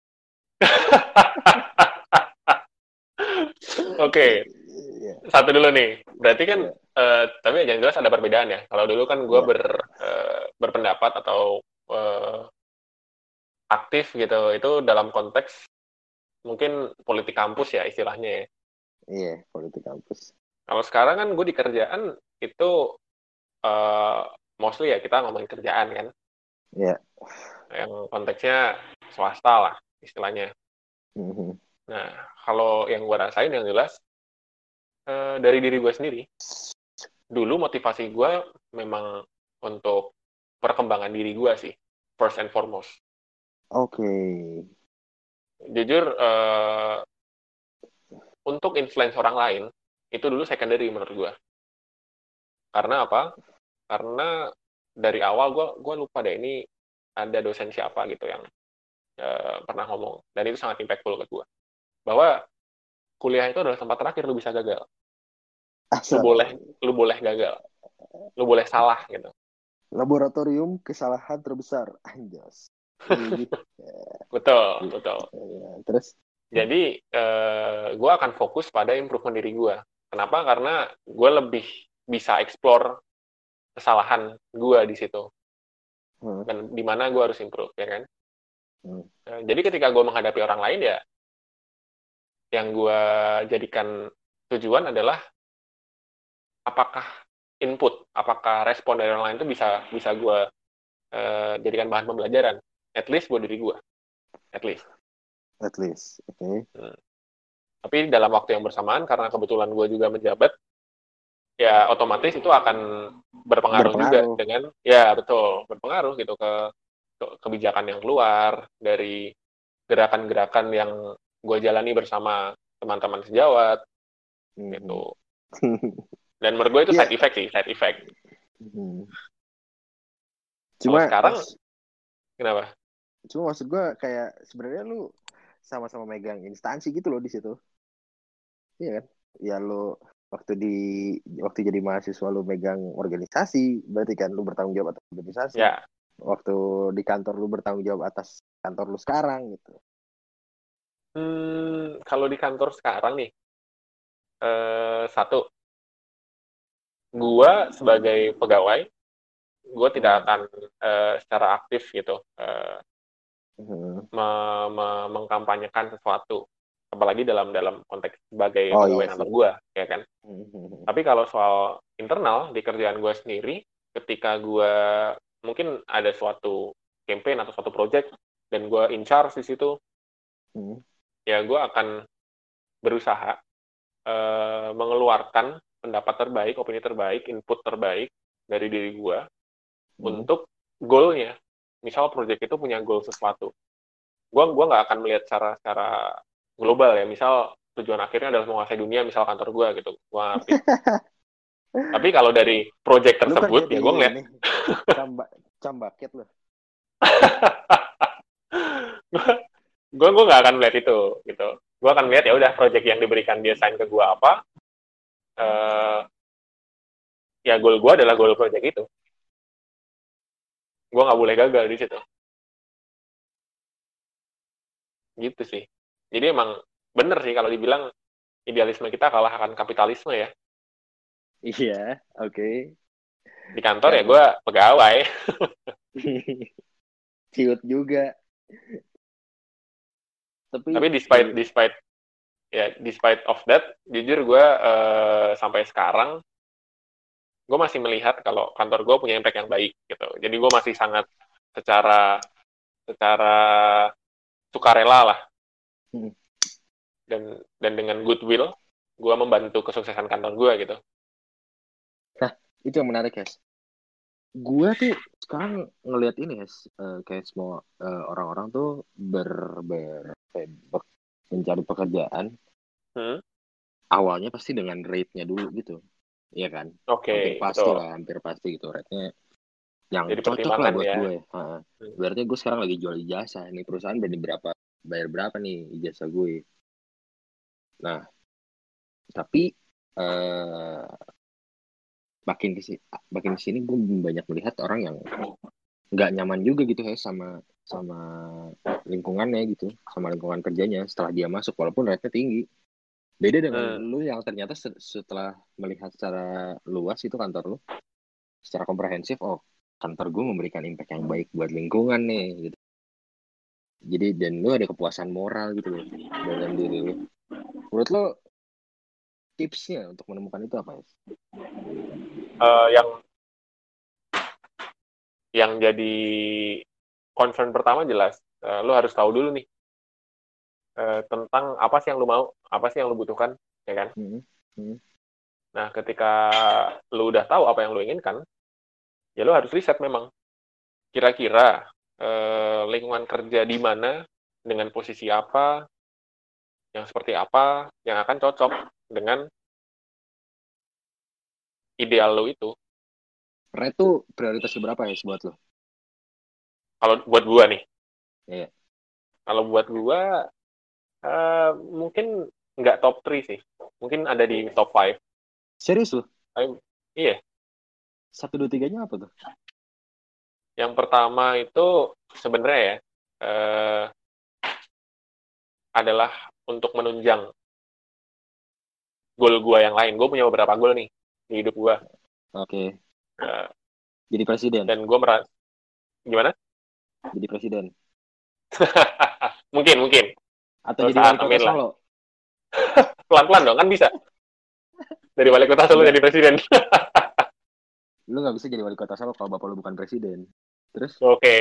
S2: Oke,
S1: Iya,
S2: satu dulu nih. Berarti kan,
S1: iya,
S2: eh, tapi yang jelas ada perbedaan ya. Kalau dulu kan gue
S1: iya,
S2: ber, eh, berpendapat atau eh, aktif gitu, itu dalam konteks mungkin politik kampus ya istilahnya ya.
S1: iya, politik kampus.
S2: Kalau sekarang kan gue di kerjaan itu eh, mostly ya kita ngomongin kerjaan kan,
S1: Iya.
S2: yang konteksnya swasta lah istilahnya.
S1: Mhm.
S2: Nah, kalau yang gue rasain yang jelas eh, dari diri gue sendiri, dulu motivasi gue memang untuk perkembangan diri gue sih, first and foremost.
S1: Oke.
S2: Jujur, eh, untuk influence orang lain, itu dulu secondary menurut gue. Karena apa? Karena dari awal gue gue lupa deh ini ada dosen siapa gitu yang uh, pernah ngomong, dan itu sangat impactful ke gue, bahwa kuliah itu adalah tempat terakhir lu bisa gagal. Lu boleh lu boleh gagal, lu boleh salah gitu.
S1: Laboratorium kesalahan terbesar, anjas.
S2: Betul, betul.
S1: Ya, terus?
S2: Jadi uh, gue akan fokus pada improvement diri gue. Kenapa? Karena gue lebih bisa explore kesalahan gue di situ. Hmm. Dan di mana gue harus improve, ya kan? Hmm. Jadi ketika gue menghadapi orang lain, ya yang gue jadikan tujuan adalah apakah input, apakah respon dari orang lain itu bisa bisa gue uh, jadikan bahan pembelajaran, at least buat diri gue, at least.
S1: At least, oke. Okay.
S2: Hmm. Tapi dalam waktu yang bersamaan, karena kebetulan gue juga menjabat, ya otomatis itu akan berpengaruh, berpengaruh juga dengan, ya betul, berpengaruh gitu ke, ke kebijakan yang keluar dari gerakan-gerakan yang gue jalani bersama teman-teman sejawat, mm-hmm. gitu. Dan menurut gue itu yeah. side effect sih, side effect. Mm-hmm. Cuma sekarang, mas, kenapa?
S1: Cuma maksud gue kayak sebenarnya lu sama-sama megang instansi gitu loh di situ, iya kan? Ya lu waktu di waktu jadi mahasiswa lu megang organisasi, berarti kan lu bertanggung jawab atas organisasi.
S2: Ya.
S1: Waktu di kantor lu bertanggung jawab atas kantor lu sekarang gitu.
S2: Hmm, kalau di kantor sekarang nih, eh, satu, gua sebagai pegawai, gua hmm. tidak akan eh, secara aktif gitu eh, hmm. me- me- mengkampanyekan sesuatu, apalagi dalam dalam konteks sebagai oh, pegawai iya kantor gua, ya kan. Hmm. Tapi kalau soal internal di kerjaan gua sendiri, ketika gua mungkin ada suatu campaign atau suatu project dan gua in charge di situ, hmm. ya gue akan berusaha uh, mengeluarkan pendapat terbaik, opini terbaik, input terbaik dari diri gue hmm. untuk goalnya. Misal proyek itu punya goal sesuatu, gue gue nggak akan melihat secara secara global ya. Misal tujuan akhirnya adalah menguasai dunia, misal kantor gue gitu, gue ngerti. Tapi kalau dari proyek tersebut, kan ya gue ngeliat
S1: camba cambaket loh.
S2: gue gue nggak akan melihat itu gitu. Gue akan melihat ya udah proyek yang diberikan dia sign ke gue apa, uh, ya goal gue adalah goal proyek itu. Gue nggak boleh gagal di situ. Gitu sih. Jadi emang bener sih kalau dibilang idealisme kita kalah akan kapitalisme ya.
S1: Iya, oke. Okay.
S2: Di kantor ya, ya gue pegawai.
S1: Ciut juga. Tapi,
S2: Tapi despite iya. despite ya despite of that, jujur gue uh, sampai sekarang gue masih melihat kalau kantor gue punya impact yang baik gitu. Jadi gue masih sangat secara secara sukarela lah. Hmm. Dan dan dengan goodwill gue membantu kesuksesan kantor gue gitu.
S1: Nah, itu yang menarik, guys. Gue tuh sekarang ngelihat ini, guys, uh, kayak semua uh, orang-orang tuh ber, ber, ber mencari pekerjaan. Hmm? Awalnya pasti dengan rate-nya dulu gitu. Iya kan?
S2: Oke, okay,
S1: hampir pasti
S2: betul.
S1: lah, hampir pasti gitu rate-nya yang
S2: jadi
S1: cocok lah buat
S2: ya.
S1: gue. Ha. Hmm. Berarti gue sekarang lagi jual ijazah. Nih perusahaan berani berapa, bayar berapa nih ijazah gue. Nah, tapi uh, makin kesini, makin kesini gue banyak melihat orang yang nggak nyaman juga gitu ya sama sama lingkungannya gitu, sama lingkungan kerjanya setelah dia masuk walaupun rate-nya tinggi. Beda dengan hmm. lu yang ternyata setelah melihat secara luas itu kantor lu secara komprehensif, oh kantor gue memberikan impact yang baik buat lingkungan nih gitu. Jadi dan lu ada kepuasan moral gitu loh dalam diri lu. Menurut lu tipsnya untuk menemukan itu apa ya?
S2: Uh, yang yang jadi concern pertama jelas, uh, lu harus tahu dulu nih uh, tentang apa sih yang lu mau, apa sih yang lu butuhkan, ya kan? Hmm. Hmm. Nah, ketika lu udah tahu apa yang lu inginkan, ya lu harus riset memang. Kira-kira eh, lingkungan kerja di mana, dengan posisi apa, yang seperti apa, yang akan cocok dengan ideal lu itu.
S1: Red tuh prioritas keberapa ya buat lo?
S2: Kalau buat gua nih,
S1: Iya.
S2: kalau buat gua eh, mungkin nggak top tiga sih. Mungkin ada di top lima.
S1: Serius lo?
S2: Tapi, iya,
S1: Satu dua tiganya apa tuh?
S2: yang pertama itu sebenarnya ya eh, adalah untuk menunjang gol gua yang lain. Gua punya beberapa gol nih di hidup gua.
S1: Oke.
S2: Eh,
S1: Jadi presiden.
S2: dan gua merasa gimana?
S1: Jadi presiden.
S2: mungkin mungkin.
S1: Atau
S2: Terus
S1: jadi wali kota
S2: amin lah.
S1: Solo.
S2: Pelan-pelan dong kan bisa. Dari wali kota Solo
S1: Enggak.
S2: jadi presiden.
S1: Lu nggak bisa jadi wali kota Solo kalau bapak lu bukan presiden. Terus?
S2: Oke.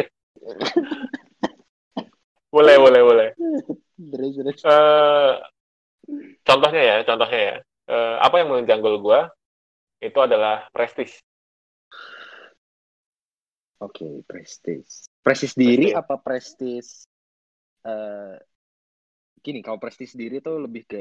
S2: boleh, boleh, boleh.
S1: Terus, terus.
S2: Eh, contohnya ya, contohnya ya. Eh, apa yang menunjang gol gua itu adalah prestis.
S1: Oke, prestis. Prestis diri
S2: Prestis.
S1: apa prestis? eh gini, kalau prestis diri tuh lebih ke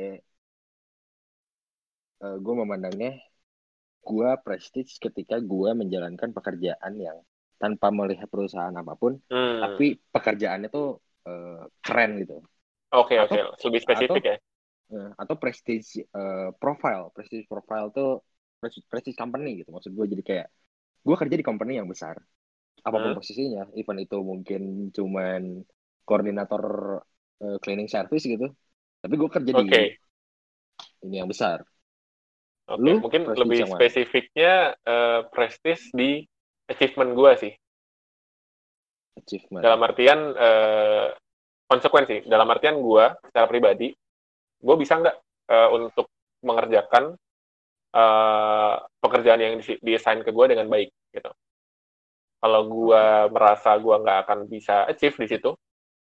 S1: eh, gue memandangnya gue prestis ketika gue menjalankan pekerjaan yang tanpa melihat perusahaan apapun,
S2: Hmm.
S1: tapi pekerjaannya tuh eh, keren gitu.
S2: Oke,
S1: Atau
S2: oke. Lebih
S1: atau
S2: spesifik ya.
S1: eh, atau prestige eh, profile, prestige profile tuh prestige, prestige company gitu. Maksud gue jadi kayak gue kerja di company yang besar, apapun
S2: Hmm.
S1: posisinya, even itu mungkin cuman koordinator eh, cleaning service gitu, tapi gue kerja di
S2: Oke.
S1: ini yang besar.
S2: Oke.
S1: Lu
S2: Mungkin
S1: prestige
S2: lebih
S1: yang mana?
S2: spesifiknya eh, prestis di achievement gua sih.
S1: Achievement.
S2: Dalam artian eh, konsekuensi. Dalam artian gua secara pribadi, gua bisa nggak eh, untuk mengerjakan eh, pekerjaan yang di- diassign ke gua dengan baik gitu. Kalau
S1: Oke,
S2: gua merasa gua nggak akan bisa achieve di situ,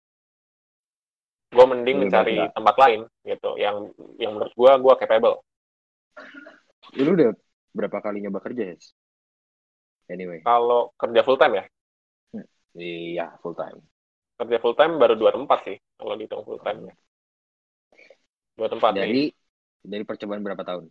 S2: gue mending
S1: lebih baik
S2: mencari
S1: enggak.
S2: tempat lain gitu yang yang menurut gue gue capable.
S1: Lu udah berapa kali nyoba kerja ya? Anyway.
S2: Kalau kerja full time ya,
S1: Hmm. Iya, full time.
S2: kerja full time baru dua tempat sih kalau dihitung full time ya. Dua tempat nih.
S1: Dari dari percobaan berapa tahun?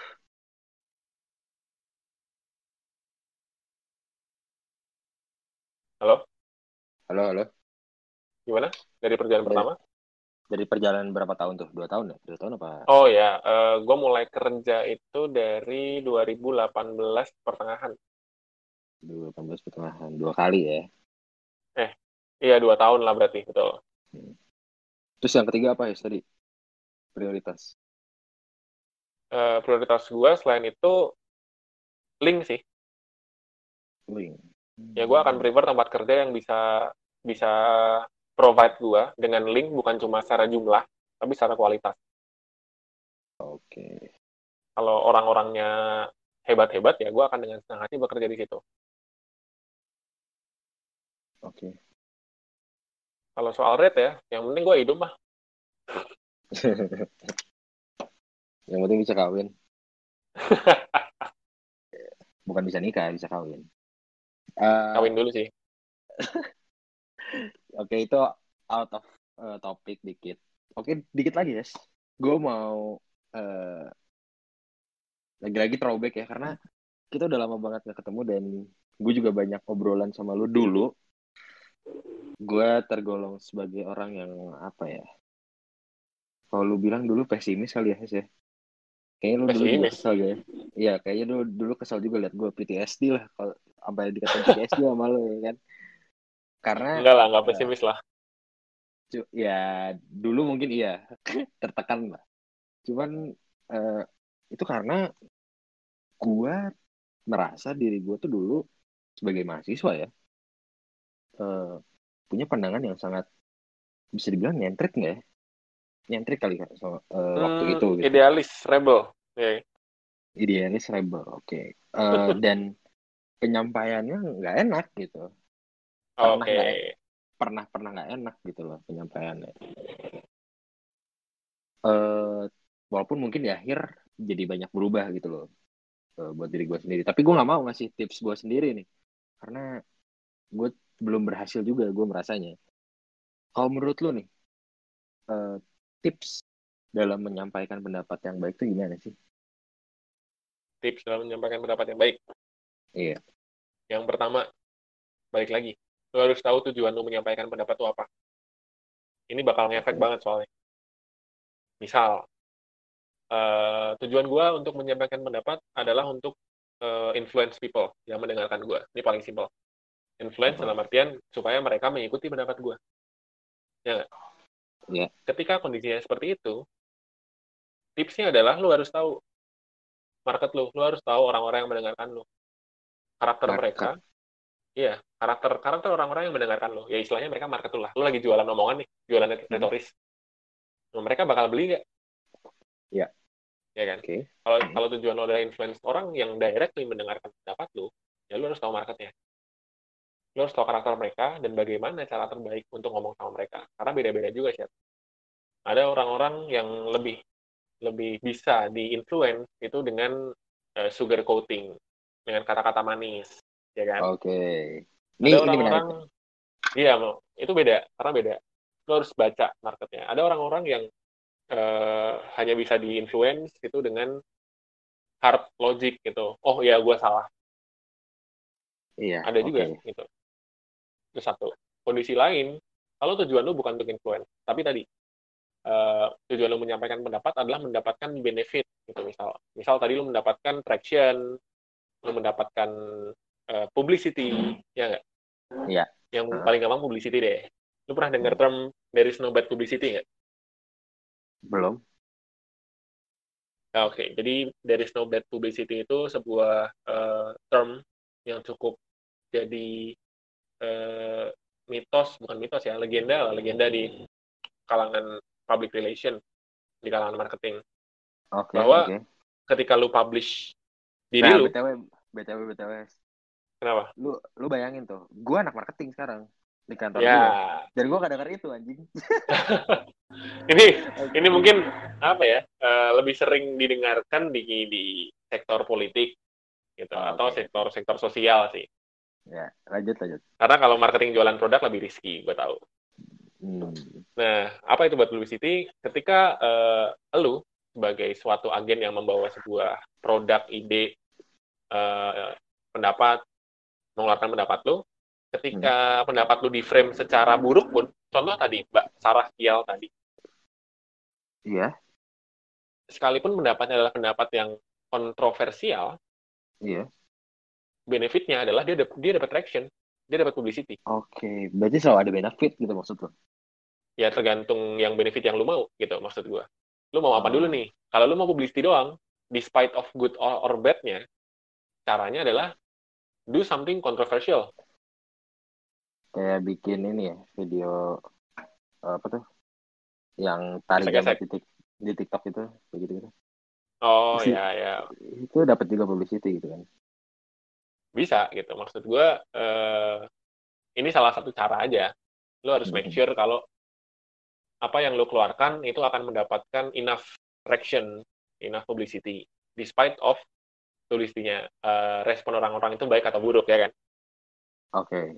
S2: Halo,
S1: Halo, halo.
S2: gimana? Dari perjalanan
S1: Dari,
S2: pertama?
S1: dari perjalanan berapa tahun tuh? Dua tahun ya? Dua tahun apa?
S2: Oh ya, uh, gue mulai kerja itu dari dua ribu delapan belas pertengahan.
S1: Dua delapan belas pertengahan. Dua kali ya.
S2: Eh, iya dua tahun lah berarti betul.
S1: Hmm. Terus yang ketiga apa ya tadi? Prioritas.
S2: Uh, prioritas gue selain itu link sih.
S1: Link.
S2: Ya gue akan
S1: Hmm.
S2: prefer tempat kerja yang bisa bisa provide gue dengan link bukan cuma secara jumlah, tapi secara kualitas.
S1: Oke.
S2: Kalau orang-orangnya hebat-hebat ya gue akan dengan senang hati bekerja di situ.
S1: Oke.
S2: Kalau soal rate ya, yang penting gue hidup mah.
S1: Yang penting bisa kawin. Bukan bisa nikah, bisa kawin. Uh,
S2: Kawin dulu sih.
S1: Oke, itu out of uh, topic dikit. Oke, dikit lagi ya. Gue mau uh, lagi-lagi throwback ya, karena kita udah lama banget gak ketemu dan gue juga banyak obrolan sama lu dulu. Gue tergolong sebagai orang yang apa ya? Kalau lu bilang dulu pesimis kali ya, Hes, ya. Kayaknya lu dulu juga
S2: Pesimis.
S1: kesel ya. Iya, kayaknya dulu dulu kesel juga liat gue P T S D lah, kalau sampai dikatain P T S D sama lu ya kan. Karena
S2: Enggak lah, enggak
S1: uh,
S2: pesimis lah.
S1: ya dulu mungkin iya tertekan lah. Cuman uh, itu karena gue merasa diri gue tuh dulu sebagai mahasiswa ya, uh, punya pandangan yang sangat bisa dibilang nyentrik nggak ya? Nyentrik kali kan so, uh, waktu
S2: Hmm,
S1: itu gitu.
S2: idealis, rebel. Yeah.
S1: Idealis rebel, oke. Okay. Uh, dan penyampaiannya nggak enak gitu. Pernah
S2: Oke.
S1: nggak e- pernah pernah nggak enak gitu loh penyampaiannya. Uh, walaupun mungkin di akhir jadi banyak berubah gitu loh, uh, buat diri gue sendiri. Tapi gue nggak mau ngasih tips gue sendiri nih, karena gue belum berhasil juga gue merasanya. Kalau menurut lu nih, uh, tips dalam menyampaikan pendapat yang baik itu gimana sih?
S2: Tips dalam menyampaikan pendapat yang baik.
S1: Iya.
S2: Yang pertama, balik lagi, lu harus tahu tujuan lu menyampaikan pendapat lu apa. Ini bakal ngefek
S1: Oke.
S2: banget soalnya. Misal, uh, tujuan gue untuk menyampaikan pendapat adalah untuk uh, influence people yang mendengarkan gue. Ini paling simpel. Influence
S1: Apa?
S2: dalam artian supaya mereka mengikuti pendapat gue. Ya nggak?
S1: Iya.
S2: Ketika kondisinya seperti itu, tipsnya adalah lu harus tahu market lu, lu harus tahu orang-orang yang mendengarkan lu, karakter mereka,
S1: Market.
S2: iya, karakter karakter orang-orang yang mendengarkan lu, ya istilahnya mereka market lu lah, lu lagi jualan omongan nih, jualan
S1: Hmm.
S2: retoris, nah, mereka bakal beli nggak,
S1: Iya.
S2: ya kan?
S1: Oke.
S2: Kalau
S1: Hmm.
S2: kalau tujuan lo adalah influence orang yang directly mendengarkan pendapat lu, ya lu harus tahu marketnya, lu harus tahu karakter mereka dan bagaimana cara terbaik untuk ngomong sama mereka, karena beda-beda juga sih. Ada orang-orang yang lebih lebih bisa di-influence itu dengan uh, sugar coating, dengan kata-kata manis, ya kan?
S1: Oke. Ini
S2: Ada
S1: ini menarik.
S2: orang-orang, iya, itu beda, karena beda. Lo harus baca marketnya. Ada orang-orang yang uh, hanya bisa di-influence itu dengan hard logic gitu. Oh iya, gue salah.
S1: Iya.
S2: Ada
S1: Oke.
S2: juga gitu. Itu satu. Kondisi lain, kalau tujuan lu bukan untuk influence, tapi tadi uh, tujuan lu menyampaikan pendapat adalah mendapatkan benefit gitu misal. Misal tadi lu mendapatkan traction, lu mendapatkan uh, publicity, ya nggak?
S1: Iya.
S2: Yang
S1: Heeh.
S2: paling gampang publicity deh. Lu pernah dengar
S1: Hmm.
S2: term there is no bad publicity nggak?
S1: Belum.
S2: Nah, oke, okay. Jadi there is no bad publicity itu sebuah uh, term yang cukup jadi uh, mitos, bukan mitos ya, legenda lah, legenda di kalangan public relation, di kalangan marketing.
S1: Oke.
S2: Bahwa
S1: Oke.
S2: ketika lu publish diri
S1: Nah,
S2: lu,
S1: btw, btw, btw.
S2: kenapa?
S1: Lu lu bayangin tuh, gue anak marketing sekarang di kantor gue,
S2: Ya,
S1: dan gue gak denger itu anjing.
S2: ini ini mungkin apa ya, uh, lebih sering didengarkan di di sektor politik gitu
S1: Oh,
S2: atau
S1: oke, oke.
S2: sektor-sektor sosial sih.
S1: Ya, lanjut lanjut.
S2: Karena kalau marketing jualan produk lebih risky, gue tahu.
S1: Hmm.
S2: Nah, apa itu buat publicity? Ketika uh, lu sebagai suatu agen yang membawa sebuah produk, ide, uh, pendapat, mengeluarkan pendapat lu,
S1: Hmm.
S2: ketika pendapat lu di frame secara buruk pun, contoh tadi, Mbak Sarah Kial tadi,
S1: Iya,
S2: sekalipun pendapatnya adalah pendapat yang kontroversial,
S1: iya.
S2: benefitnya adalah dia dap- dia dapat traction, dia dapat publicity.
S1: Oke, berarti selalu ada benefit gitu maksud lo?
S2: Ya tergantung yang benefit yang lu mau, gitu maksud gue. Lu mau apa dulu
S1: Oh,
S2: nih? Kalau lu mau publicity doang, despite of good or, or bad-nya, caranya adalah do something controversial.
S1: kayak bikin ini ya, video apa tuh, yang tari jabat
S2: Gesek-gesek.
S1: di, tik, di TikTok itu, begitu gitu.
S2: Oh
S1: Si,
S2: ya, ya.
S1: itu dapat juga publicity gitu kan?
S2: Bisa gitu. Maksud gue, eh, ini salah satu cara aja. Lu harus make
S1: Hmm.
S2: sure kalau apa yang lu keluarkan itu akan mendapatkan enough traction, enough publicity, despite of tulisnya uh, respon orang-orang itu baik atau buruk, ya kan?
S1: Oke.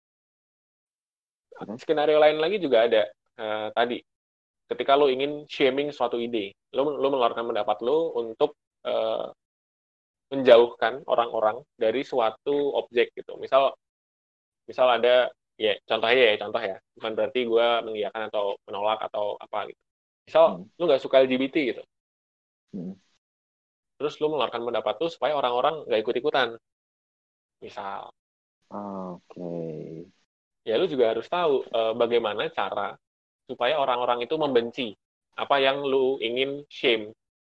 S1: Terus?
S2: Skenario lain lagi juga ada. Uh, tadi, ketika lu ingin shaming suatu ide, lu, lu mengeluarkan pendapat lu untuk uh, menjauhkan orang-orang dari suatu objek gitu. Misal, misal ada, ya contohnya ya, contoh ya, bukan berarti gue mengiyakan atau menolak atau apa gitu. Misal,
S1: Hmm.
S2: lu nggak suka L G B T gitu,
S1: Hmm.
S2: terus lu mengeluarkan pendapat lu supaya orang-orang nggak ikut-ikutan. Misal,
S1: Oke.
S2: ya lu juga harus tahu uh, bagaimana cara supaya orang-orang itu membenci apa yang lu ingin shame,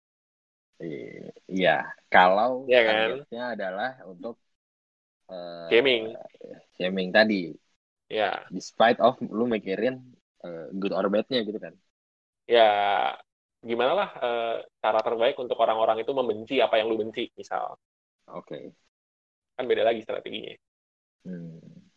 S1: Iya, kalau
S2: ya kan?
S1: targetnya adalah untuk uh,
S2: Shaming,
S1: shaming tadi,
S2: ya,
S1: despite of lu mikirin uh, good or bad-nya gitu kan?
S2: ya gimana lah uh, cara terbaik untuk orang-orang itu membenci apa yang lu benci, misal,
S1: Oke.
S2: kan beda lagi strateginya.
S1: Hmm.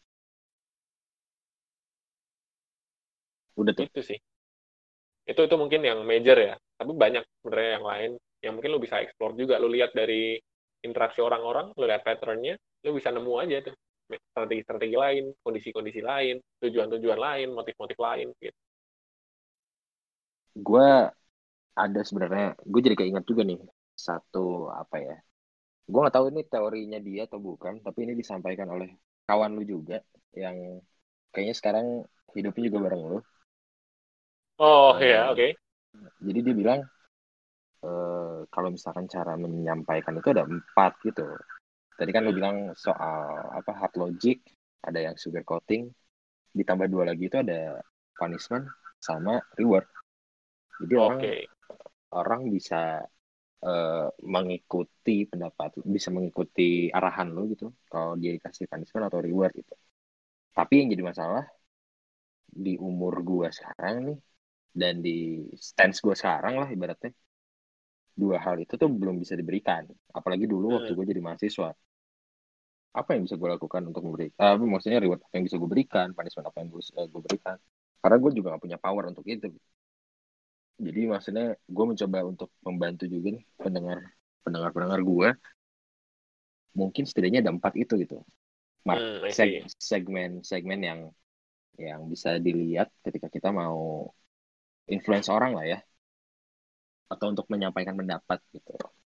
S1: Udah tuh.
S2: Itu sih, itu itu mungkin yang major ya, tapi banyak sebenarnya yang lain yang mungkin lu bisa explore juga, lu lihat dari interaksi orang-orang, lu lihat patternnya, lu bisa nemu aja tuh strategi-strategi lain, kondisi-kondisi lain, tujuan-tujuan lain, motif-motif lain gitu.
S1: Gue ada sebenarnya, gue jadi keinget juga nih satu apa ya? gue nggak tahu ini teorinya dia atau bukan, tapi ini disampaikan oleh kawan lu juga yang kayaknya sekarang hidupnya juga bareng lu.
S2: Oh ya,
S1: Eh,
S2: oke.
S1: jadi dia bilang eh, kalau misalkan cara menyampaikan itu ada empat gitu. Tadi kan lu
S2: Hmm,
S1: bilang soal apa hard logic, ada yang sugar coating, ditambah dua lagi itu ada punishment sama reward. Jadi orang
S2: Oke.
S1: orang bisa eh, mengikuti pendapat, bisa mengikuti arahan lo gitu. Kalau dia dikasih punishment atau reward gitu. Tapi yang jadi masalah di umur gua sekarang nih dan di stance gua sekarang lah ibaratnya dua hal itu tuh belum bisa diberikan. Apalagi dulu waktu
S2: Hmm,
S1: gue jadi mahasiswa, apa yang bisa gue lakukan untuk memberi, uh, maksudnya reward apa yang bisa gue berikan, punishment apa yang gue, uh, gue berikan. Karena gue juga gak punya power untuk itu. Jadi maksudnya gue mencoba untuk membantu juga nih pendengar pendengar pendengar gue. Mungkin setidaknya ada empat itu gitu. Mark
S2: hmm, I
S1: seg,
S2: see.
S1: segmen segmen yang yang bisa dilihat ketika kita mau influence orang lah ya, atau untuk menyampaikan pendapat gitu.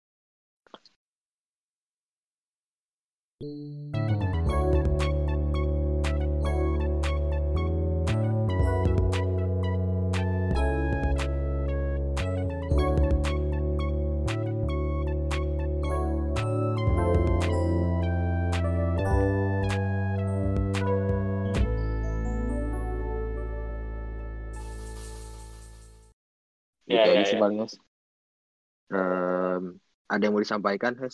S1: Gitu
S2: Ya,
S1: aja
S2: ya,
S1: sih
S2: ya.
S1: paling mas. Em, ada yang mau disampaikan, Hes?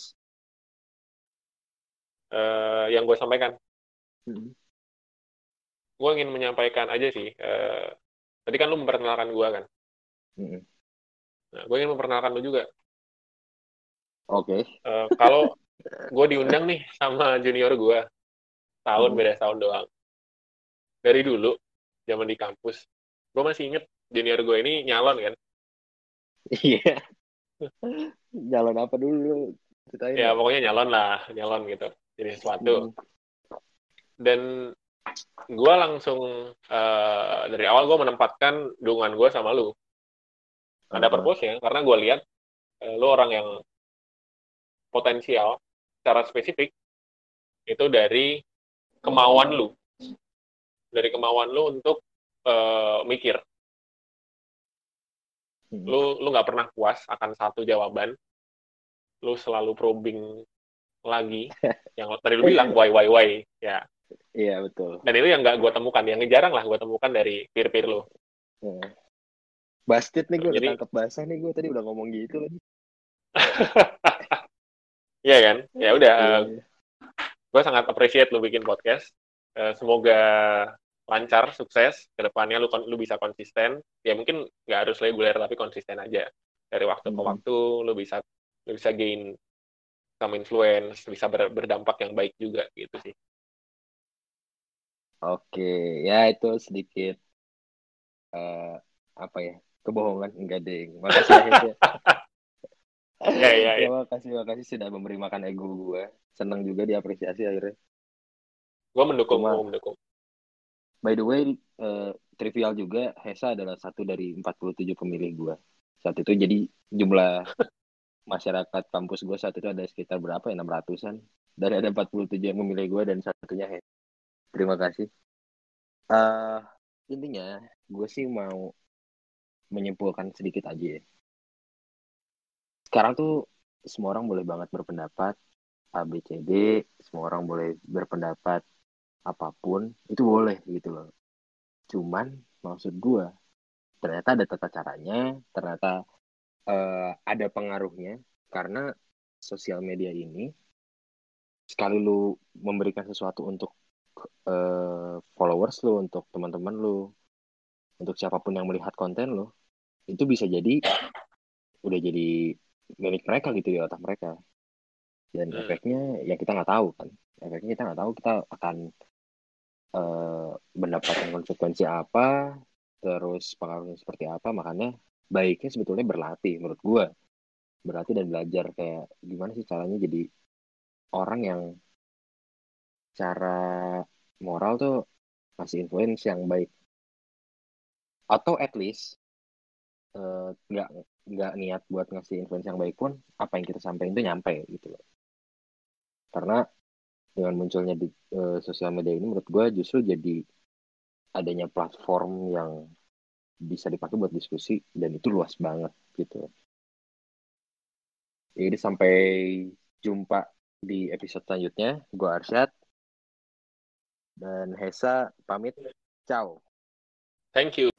S2: Eh, yang gue sampaikan,
S1: Mm-mm.
S2: gue ingin menyampaikan aja sih. Eh, tadi kan lu memperkenalkan gue kan.
S1: Mm-mm.
S2: Nah, gue ingin memperkenalkan lu juga.
S1: Oke.
S2: Eh, kalau gue diundang nih sama junior gue, tahun
S1: Mm-mm.
S2: beda tahun doang. Dari dulu, zaman di kampus, gue masih inget junior gue ini nyalon kan.
S1: Iya. Jalan apa dulu? Ceritain
S2: Ya,
S1: dong.
S2: pokoknya nyalon lah, nyalon gitu. Jadi sesuatu.
S1: Mm-mm.
S2: Dan gue langsung, eh, dari awal gue menempatkan dukungan gue sama lu. Ada
S1: Uh-uh.
S2: purpose ya, karena gue lihat eh, lu orang yang potensial, secara spesifik, itu dari kemauan lu. Dari kemauan lu untuk eh, mikir.
S1: Mm-mm.
S2: Lu lu nggak pernah puas akan satu jawaban. Lu selalu probing lagi. Yang tadi lu bilang, why, why, why. Ya.
S1: Iya betul.
S2: Dan itu yang nggak gue temukan. Yang jarang lah gue temukan dari peer-peer lu.
S1: Mm. Bastard nih gue udah
S2: Jadi,
S1: tangkap basah nih gue tadi udah ngomong gitu lagi.
S2: iya kan? Ya udah,
S1: Iya iya.
S2: gue sangat appreciate lu bikin podcast. Eh, semoga lancar, sukses. Kedepannya lu lu bisa konsisten. Ya mungkin nggak harus reguler tapi konsisten aja. Dari waktu ke
S1: Mm-mm.
S2: waktu lu bisa lu bisa gain some influence, bisa ber- berdampak yang baik juga gitu sih.
S1: Oke, ya itu sedikit eh, apa ya kebohongan enggak deh. Makasih ya Hes ya.
S2: Ya, ya,
S1: Ya
S2: ya.
S1: makasih makasih sudah memberi makan ego gue. Senang juga diapresiasi akhirnya.
S2: Gue mendukung, gue
S1: Cuma
S2: mendukung.
S1: by the way eh, trivial juga Hesa adalah satu dari empat puluh tujuh pemilih gue saat itu. Jadi jumlah masyarakat kampus gue saat itu ada sekitar berapa ya enam ratusan. Dan ada empat puluh tujuh yang memilih gue dan satunya Hesa. Terima kasih. eh Intinya gue sih mau menyimpulkan sedikit aja ya. Sekarang tuh semua orang boleh banget berpendapat A, B, C, D, semua orang boleh berpendapat apapun, itu boleh gitu loh. Cuman maksud gue, ternyata ada tata caranya, ternyata eh, ada pengaruhnya, karena sosial media ini, sekali lu memberikan sesuatu untuk eh, followers lu, untuk teman-teman lu, untuk siapapun yang melihat konten lu, itu bisa jadi udah jadi milik mereka gitu di otak mereka. Dan
S2: Hmm.
S1: efeknya ya kita nggak tahu kan. Efeknya kita nggak tahu kita akan eh, mendapatkan konsekuensi apa, terus pengaruhnya seperti apa. Makanya baiknya sebetulnya berlatih menurut gue. Berlatih dan belajar kayak gimana sih caranya jadi orang yang cara moral tuh ngasih influence yang baik. Atau at least eh, nggak nggak niat buat ngasih influence yang baik pun apa yang kita sampaikan itu nyampe gitu loh. Karena dengan munculnya di uh, sosial media ini menurut gue justru jadi adanya platform yang bisa dipakai buat diskusi dan itu luas banget gitu. Jadi sampai jumpa di episode selanjutnya. Gue Arsyad dan Hesa pamit. Ciao.
S2: Thank you.